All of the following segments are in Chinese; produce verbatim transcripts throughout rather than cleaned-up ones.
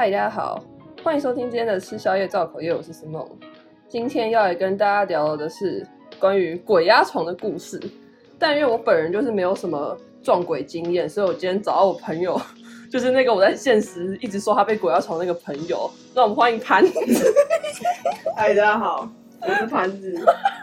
嗨，大家好，欢迎收听今天的吃宵夜造口业，我是 Simone。今天要来跟大家聊的是关于鬼压床的故事，但因为我本人就是没有什么撞鬼经验，所以我今天找到我朋友，就是那个我在现实一直说他被鬼压床那个朋友。那我们欢迎盘子。 嗨，大家好，我是盘子。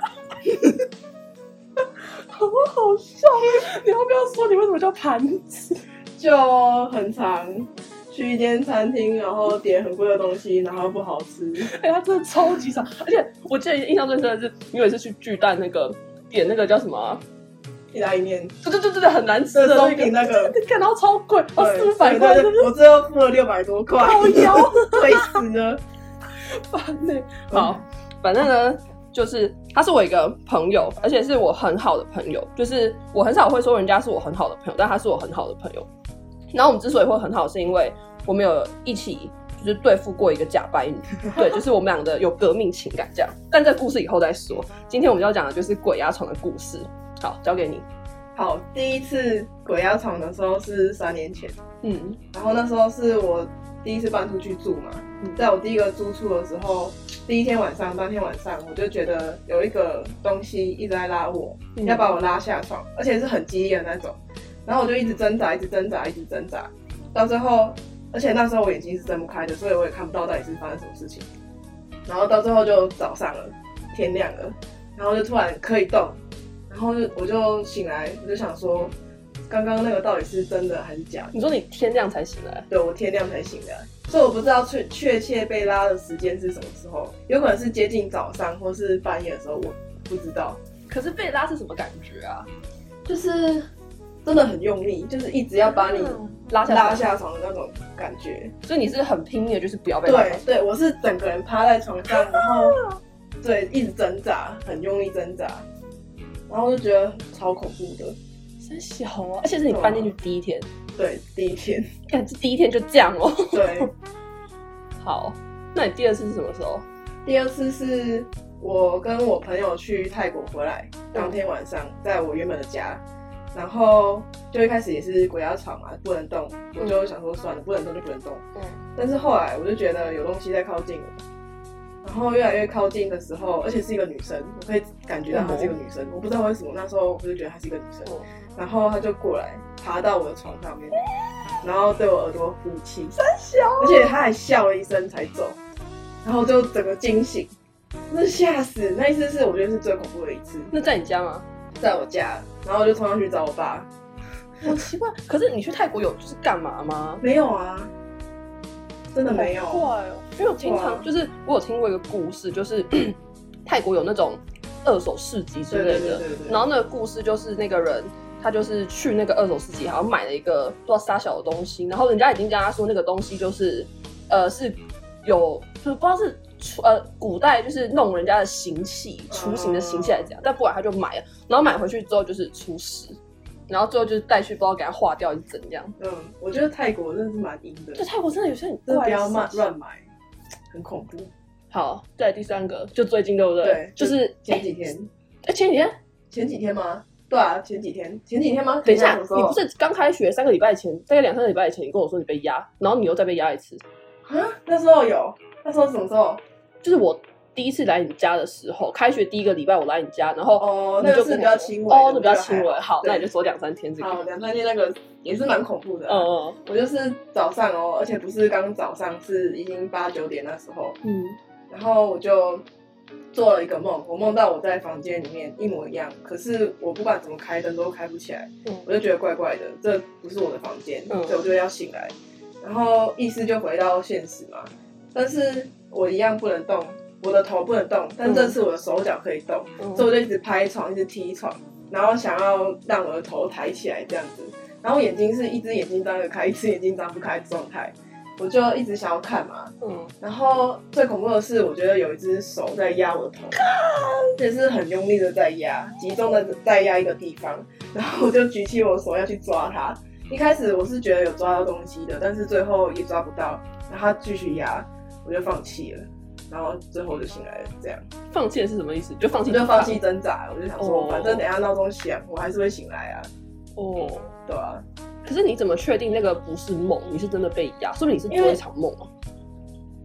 好好笑！你要不要说你为什么叫盘子？ 就很常去一间餐厅，然后点很贵的东西，然后不好吃。 哎、欸，他真的超级长，而且我记得印象最深的是，你有一次去巨蛋那个点那个叫什么、啊？ 意大利面。 对对对对对，很难吃的松饼那个， 看到超贵，哦，四百块， 我最后付了六百多块， 好腰， 贵死了， 烦呢、欸。好，反正呢。就是他是我一个朋友，而且是我很好的朋友。就是我很少会说人家是我很好的朋友，但他是我很好的朋友。然后我们之所以会很好，是因为我们有一起就是对付过一个假白女，对，就是我们两个有革命情感这样。但这个故事以后再说。今天我们要讲的就是鬼压床的故事。好，交给你。 好，第一次鬼压床的时候是三年前， 嗯， 然后那时候是我第一次搬出去住嘛，在我第一个租处的时候，第一天晚上，当天晚上我就觉得有一个东西一直在拉我，嗯、要把我拉下床，而且是很激烈的那种。然后我就一直挣扎，一直挣扎，一直挣扎，到最后，而且那时候我眼睛是睁不开的，所以我也看不到到底是发生什么事情。然后到最后就早上了，天亮了，然后就突然可以动，然后我就醒来，我就想说，刚刚那个到底是真的还是假的？ 你说你天亮才醒来？ 对，我天亮才醒来。所以我不知道确确切被拉的时间是什么时候，有可能是接近早上或是半夜的时候，我不知道。 可是被拉是什么感觉啊？ 就是真的很用力，就是一直要把你拉下拉下床的那种感觉。 所以你是很拼命的，就是不要被拉。 对对，我是整个人趴在床上，然后对一直挣扎，很用力挣扎，然后就觉得超恐怖的。 真小啊！而且是你搬进去第一天。 对，第一天。 看这第一天就这样哦。 对。 好，那你第二次是什么时候？ 第二次是我跟我朋友去泰国回来，当天晚上在我原本的家，然后就一开始也是鬼压床嘛，不能动，我就想说算了，不能动就不能动。嗯。但是后来我就觉得有东西在靠近我，然后越来越靠近的时候，而且是一个女生，我可以感觉到她是一个女生，我不知道为什么那时候我就觉得她是一个女生，然后她就过来爬到我的床上面。然后对我耳朵呼气， 三小， 而且他还笑了一声才走，然后就整个惊醒，真的吓死！那一次是我觉得是最恐怖的一次。 那在你家吗？ 在我家，然后我就冲上去找我爸。 好奇怪，可是你去泰国有就是干嘛吗？ 没有啊，真的没有。 好怪哦，因为我经常就是我有听过一个故事，就是泰国有那种二手市集之类的， 对对对对对， 然后那个故事就是那个人。他就是去那个二手市集，好像买了一个不知道啥小的东西，然后人家已经跟他说那个东西就是，呃，是有就是不知道是呃古代就是弄人家的刑器，雏形的刑器还是怎样，但不管他就买了，然后买回去之后就是出事，然后最后就是带去不知道给他化掉还是怎样。 嗯，我觉得泰国真的是蛮阴的。 对，泰国真的有些很怪，真的不要乱买，很恐怖。 好，再来第三个，就最近对不对？ 对， 就是前几天。 哎、欸，前几天？ 前几天吗？对啊，前几天，前几天吗？ 等一下，你不是刚开学三个礼拜前，大概两三个礼拜前，你跟我说你被压，然后你又再被压一次啊？那时候有，那时候什么时候？ 就是我第一次来你家的时候，开学第一个礼拜我来你家，然后哦，那个是比较轻微， 哦，那比较轻微。好，那你就说两三天这个。 好，两三天那个也是蛮恐怖的、啊。 嗯嗯。 我就是早上哦，而且不是刚早上，是已经八九点那时候。嗯。然后我就做了一个梦，我梦到我在房间里面一模一样，可是我不管怎么开灯都开不起来，嗯、我就觉得怪怪的，这不是我的房间，嗯、所以我就要醒来，然后意识就回到现实嘛，但是我一样不能动，我的头不能动，但这次我的手脚可以动，嗯、所以我就一直拍床，一直踢床，然后想要让我的头抬起来这样子，然后眼睛是一只眼睛张得开，一只眼睛张不开的状态。我就一直想要看嘛，嗯，然后最恐怖的是，我觉得有一只手在压我的头，也是很用力的在压，集中的在压一个地方，然后我就举起我的手要去抓它。一开始我是觉得有抓到东西的，但是最后也抓不到，然后它继续压，我就放弃了，然后最后就醒来了。这样放弃是什么意思？就放弃就放弃挣扎，我就想说，反正等一下闹钟响，我还是会醒来啊。哦，对啊。 可是你怎么确定那个不是梦？你是真的被压？说不定你是做一场梦啊。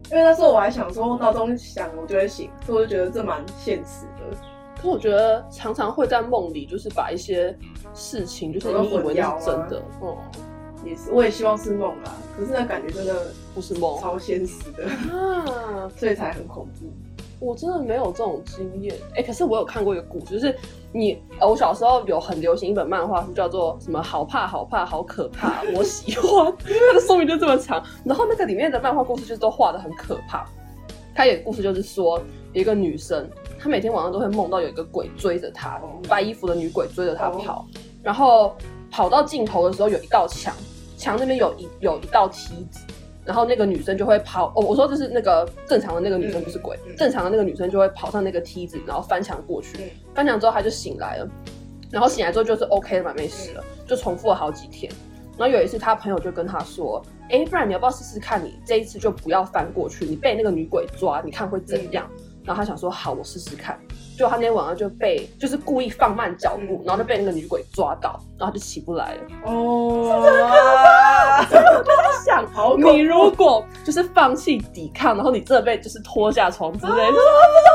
因为那时候我还想说闹钟响我就会醒，所以我就觉得这蛮现实的。 可我觉得常常会在梦里，就是把一些事情，就是你以为是真的，哦、 嗯，也是，我也希望是梦啦。可是那感觉真的不是梦， 超现实的啊，所以才很恐怖。 我真的没有这种经验，哎、欸，可是我有看过一个故事，就是你，呃，我小时候有很流行一本漫画书，叫做什么“好怕好怕好可怕”，我喜欢，它的说明就这么长。然后那个里面的漫画故事就都画得很可怕。它有个故事就是说，有一个女生，她每天晚上都会梦到有一个鬼追着她，白衣服的女鬼追着她跑，然后跑到尽头的时候有一道墙，墙那边有一有一道梯子。然后那个女生就会跑，哦，我说这是那个正常的那个女生，不是鬼。嗯嗯、正常的那个女生就会跑上那个梯子，然后翻墙过去。嗯、翻墙之后，她就醒来了。然后醒来之后就是 OK 了嘛，没事了，就重复了好几天。然后有一次，她朋友就跟她说：“哎，不然你要不要试试看？你这一次就不要翻过去，你被那个女鬼抓，你看会怎样？”嗯、然后她想说：“好，我试试看。”结果她那天晚上就被，就是故意放慢脚步，然后就被那个女鬼抓到，然后就起不来了。哦，是真的可怕！所以我就在想，你如果就是放弃抵抗，然后你真的被就是拖下床之类的，啊、不知道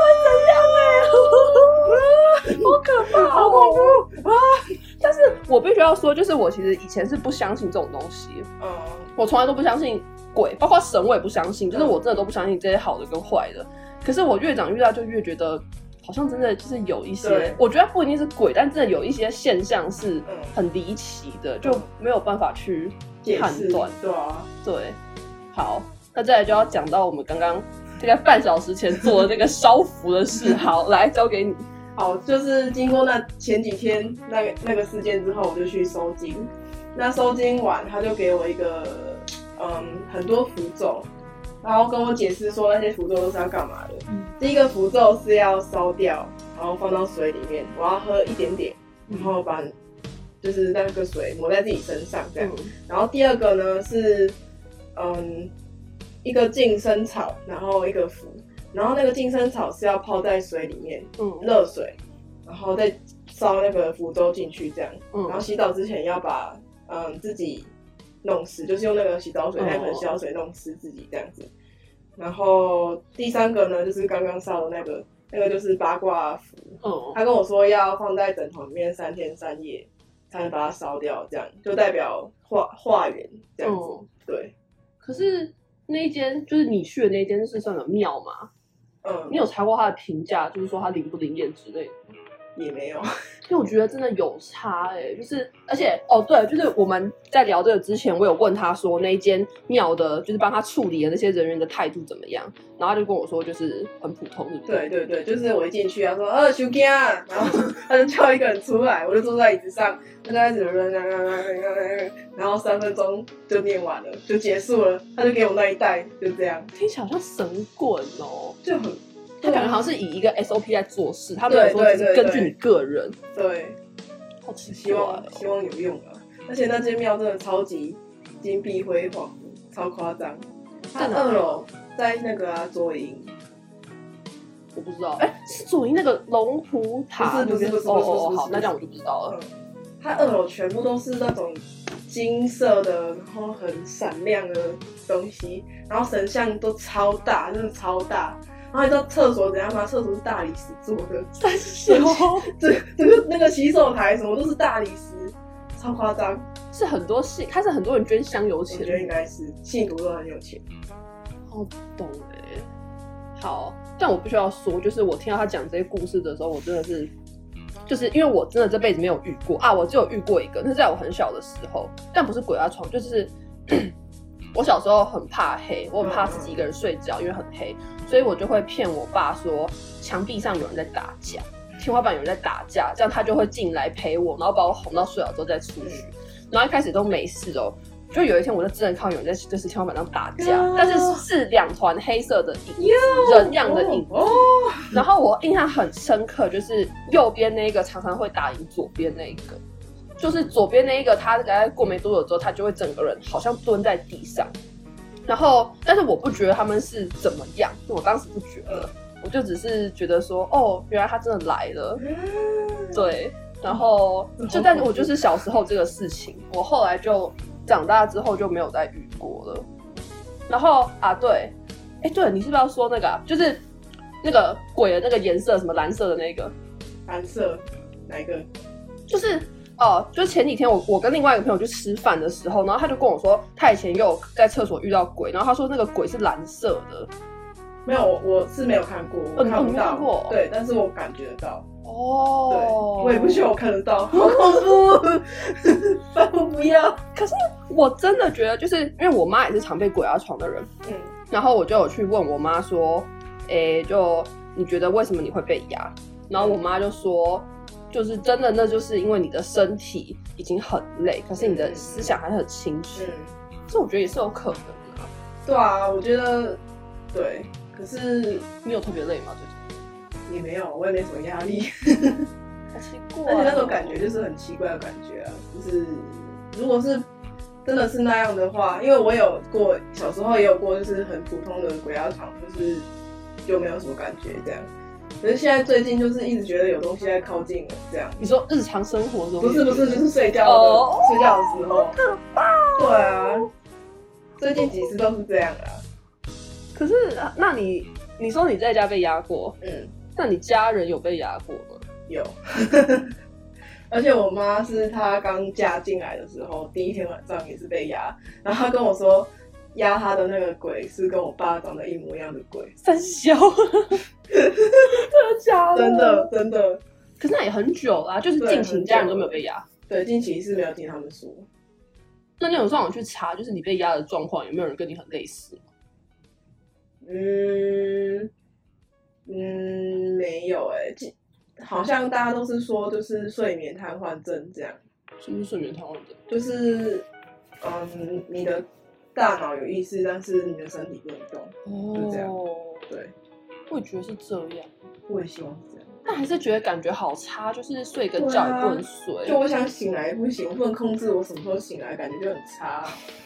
会怎样哎、欸，好可怕，好恐怖啊！但是我必须要说，就是我其实以前是不相信这种东西，嗯，我从来都不相信鬼，包括神我也不相信，就是我真的都不相信这些好的跟坏的。可是我越长越大，就越觉得。好像真的就是有一些，我觉得不一定是鬼，但真的有一些现象是很离奇的，嗯、就没有办法去判断。 对啊， 对。好，那再来就要讲到我们刚刚大概半小时前做的那个烧符的事。好，来交给你。 好，就是经过那前几天那个那个事件之后，我就去收金。那收金完，他就给我一个嗯很多符咒。然后跟我解释说那些符咒都是要干嘛的。嗯、第一个符咒是要烧掉，然后放到水里面，我要喝一点点，然后把就是那个水抹在自己身上这样。嗯、然后第二个呢是嗯一个净身草，然后一个符，然后那个净身草是要泡在水里面，嗯，热水，然后再烧那个符咒进去这样。嗯、然后洗澡之前要把嗯自己弄湿，就是用那个洗澡水、那盆洗澡水弄湿自己这样子。然后第三个呢，就是刚刚烧的那个，那个就是八卦符。哦。他跟我说要放在枕头里面三天三夜，才能把它烧掉，这样就代表化化缘这样子。哦、对。 可是那一间就是你去的那一间是算有庙吗？嗯。你有查过他的评价，就是说他灵不灵验之类的？ 也没有， 因为我觉得真的有差哎、欸，就是而且哦对，就是我们在聊这个之前，我有问他说那一间庙的，就是帮他处理的那些人员的态度怎么样，然后他就跟我说就是很普通， 对对对，就是我一进去，他说呃收惊啊，然后他就叫一个人出来，我就坐在椅子上，他就开始然后三分钟就念完了，就结束了，他就给我那一袋，就这样， 听起来好像神棍哦， 就很。 他感觉好像是以一个 S O P 在做事，他没有说只是根据你个人。 对，对好奇怪、 希望希望有用啊！而且那间庙真的超级金碧辉煌，超夸张。它二楼在那个啊左营， 我不知道，哎、欸，是左营那个龙虎塔？ 不是不是不是哦哦好，那这样我就不知道了。嗯、 它二楼全部都是那种金色的，然后很闪亮的东西，然后神像都超大，真的超大。然后你知道厕所怎样吗？厕所是大理石做的， 三小， 这这个那个洗手台什么都是大理石，超夸张。 是很多信，他是很多人捐香油钱， 我觉得应该是信徒都很有钱。 好懂哎、欸。好，但我必须要说，就是我听到他讲这些故事的时候，我真的是，就是因为我真的这辈子没有遇过啊，我只有遇过一个，那是在我很小的时候，但不是鬼压床，就是。我小时候很怕黑，我很怕自己一个人睡觉，因为很黑，所以我就会骗我爸说墙壁上有人在打架，天花板有人在打架，这样他就会进来陪我，然后把我哄到睡了之后再出去。然后一开始都没事哦，就有一天我就真的看到有人在就是天花板上打架，但是是两团黑色的影子，人样的影子。然后我印象很深刻，就是右边那个常常会打赢左边那个。就是左边那一个，他大概过没多久之后，他就会整个人好像蹲在地上，然后，但是我不觉得他们是怎么样，我当时不觉得，我就只是觉得说，哦，原来他真的来了，对，然后就但是我就是小时候这个事情，我后来就长大之后就没有再遇过了。然后啊，对， 哎、欸，对，你是不是要说那个、啊，就是那个鬼的那个颜色，什么蓝色的那个？ 蓝色哪一个？ 就是哦、呃，就是前几天我我跟另外一个朋友去吃饭的时候，然后他就跟我说，他以前有在厕所遇到鬼，然后他说那个鬼是蓝色的。 没有，我我是没有看过，我看不到。 哦、看过对，但是我感觉得到。 哦， 对，我也不希望我看得到，好恐怖，我不要。 可是我真的觉得，就是因为我妈也是常被鬼压床的人，嗯，然后我就有去问我妈说，哎、欸，就你觉得为什么你会被压？然后我妈就说，就是真的，那就是因为你的身体已经很累，可是你的思想还是很清晰。嗯，这我觉得也是有可能的、啊。 对啊，我觉得对。可是你有特别累吗？最近也没有，我也没什么压力。 好奇怪、哦， 而且那种感觉就是很奇怪的感觉啊，就是如果是真的是那样的话，因为我有过小时候也有过，就是很普通的鬼压床，就是就没有什么感觉这样。可是现在最近就是一直觉得有东西在靠近我这样。 你说日常生活中？ 不是不是，就是睡觉的、oh, 睡觉的时候。 好可怕、哦！ 对啊，最近几次都是这样啊。 可是，那你你说你在家被压过，嗯，那你家人有被压过吗？ 有，而且我妈是她刚嫁进来的时候，第一天晚上也是被压，然后她跟我说，压她的那个鬼是跟我爸长得一模一样的鬼， 三小，真的假的？ 真的真的。 可是那也很久啦、啊，就是近期家人都没有被压。 对，近期是没有听他们说。 那你有上网去查，就是你被压的状况有没有人跟你很类似？ 嗯嗯，没有哎、欸，好像大家都是说就是睡眠瘫痪症这样。 什么是睡眠瘫痪症？ 就是嗯，你的大脑有意识，但是你的身体不能动，哦、就这样。对， 我也觉得是这样， 我也希望是这样。 但还是觉得感觉好差，就是睡个觉也不能睡。 啊、就我想醒来不行，我不能控制我什么时候醒来，感觉就很差。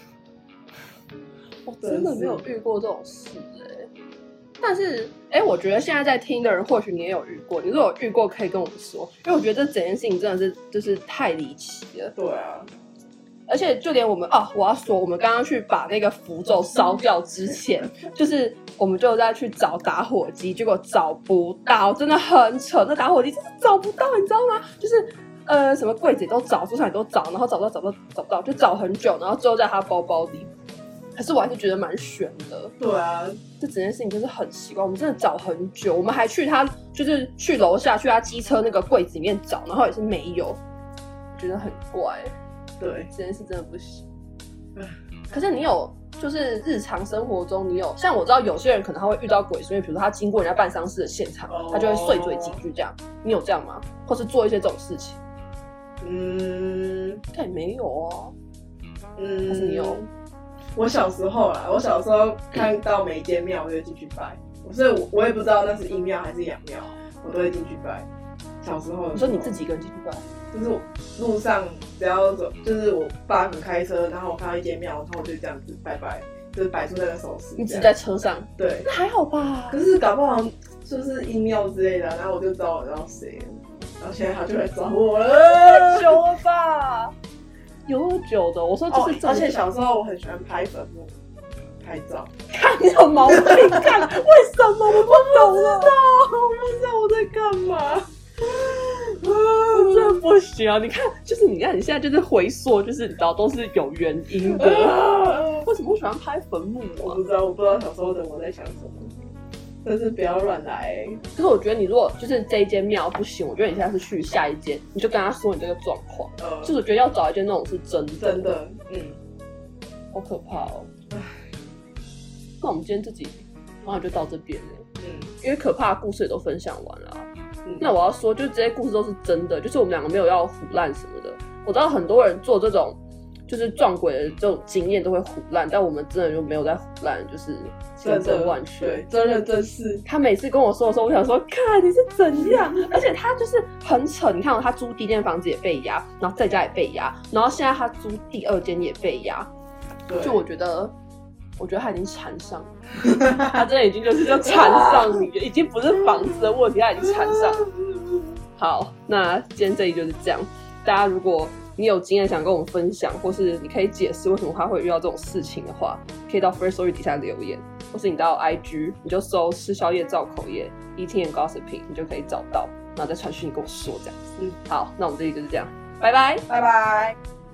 我真的没有遇过这种事哎、欸，但是哎、欸，我觉得现在在听的人，或许你也有遇过。你如果有遇过，可以跟我们说，因为我觉得这整件事情真的是就是太离奇了。 对啊， 而且就连我们哦，我要说，我们刚刚去把那个符咒烧掉之前，就是我们就在去找打火机，结果找不到，真的很扯，那打火机真的找不到，你知道吗？就是呃，什么柜子也都找，桌上也都找，然后找不到，找不到，找不到，就找很久，然后最后在他包包里。可是我还是觉得蛮悬的。 对啊， 这整件事情真是很奇怪。我们真的找很久，我们还去他就是去楼下去他机车那个柜子里面找，然后也是没有，觉得很怪。 对， 这件事真的不行。可是你有就是日常生活中你有像我知道有些人可能他会遇到鬼，所以比如说他经过人家办丧事的现场，哦、他就会碎嘴几句这样。你有这样吗？或是做一些这种事情？ 嗯， 但也没有啊。 嗯， 还是你有？ 我小时候啦，我小时候看到每间庙我就进去拜，所以我我也不知道那是阴庙还是阳庙，我都会进去拜。小时候， 你说你自己一个人进去拜？ 就是我路上只要走，就是我爸可能开车，然后我看到一间庙，然后我就这样子拜拜，就是摆出那个手势。 你只在车上？ 对， 那还好吧。 可是搞不好就是阴庙之类的，然后我就知道我知道谁了，然后现在他就来找我了。 太久了吧？有久的，我说就是真的、 哦，而且小时候我很喜欢拍坟墓、拍照。 看你有毛病，看为什么我不懂了？ 我不知道我在干嘛。 我真的不行啊！你看，就是你看，你现在就是回溯，就是你知道都是有原因的。为什么我喜欢拍坟墓啊？ 我不知道，我不知道小时候的我在想什么。但是不要乱来、欸。 可是我觉得你如果就是这一间庙不行，我觉得你现在是去下一间，你就跟他说你这个状况。呃，就是我觉得要找一间那种是真的。 真的，嗯， 好可怕哦。那我们今天自己好像就到这边了。嗯，因为可怕的故事也都分享完了、啊。嗯，那我要说，就是这些故事都是真的，就是我们两个没有要唬烂什么的。我知道很多人做这种就是撞鬼的这种经验都会唬烂，但我们真的就没有在唬烂，就是千真万确， 对，真人真事。 他每次跟我说的时候，我想说，看你是怎样，而且他就是很扯。你看、哦，他租第一间房子也被压，然后在家也被压，然后现在他租第二间也被压，就我觉得。我觉得他已经缠上了，他真的已经就是就缠上你了，已经不是房子的问题，他已经缠上了。好，那今天这里就是这样。大家如果你有经验想跟我们分享，或是你可以解释为什么他会遇到这种事情的话，可以到 Firstory 底下留言， 或是你到 I G 你就搜吃宵夜造口业 Eating and Gossiping 你就可以找到，然后再传讯跟我说这样子。嗯，好，那我们这里就是这样，拜拜， 拜拜。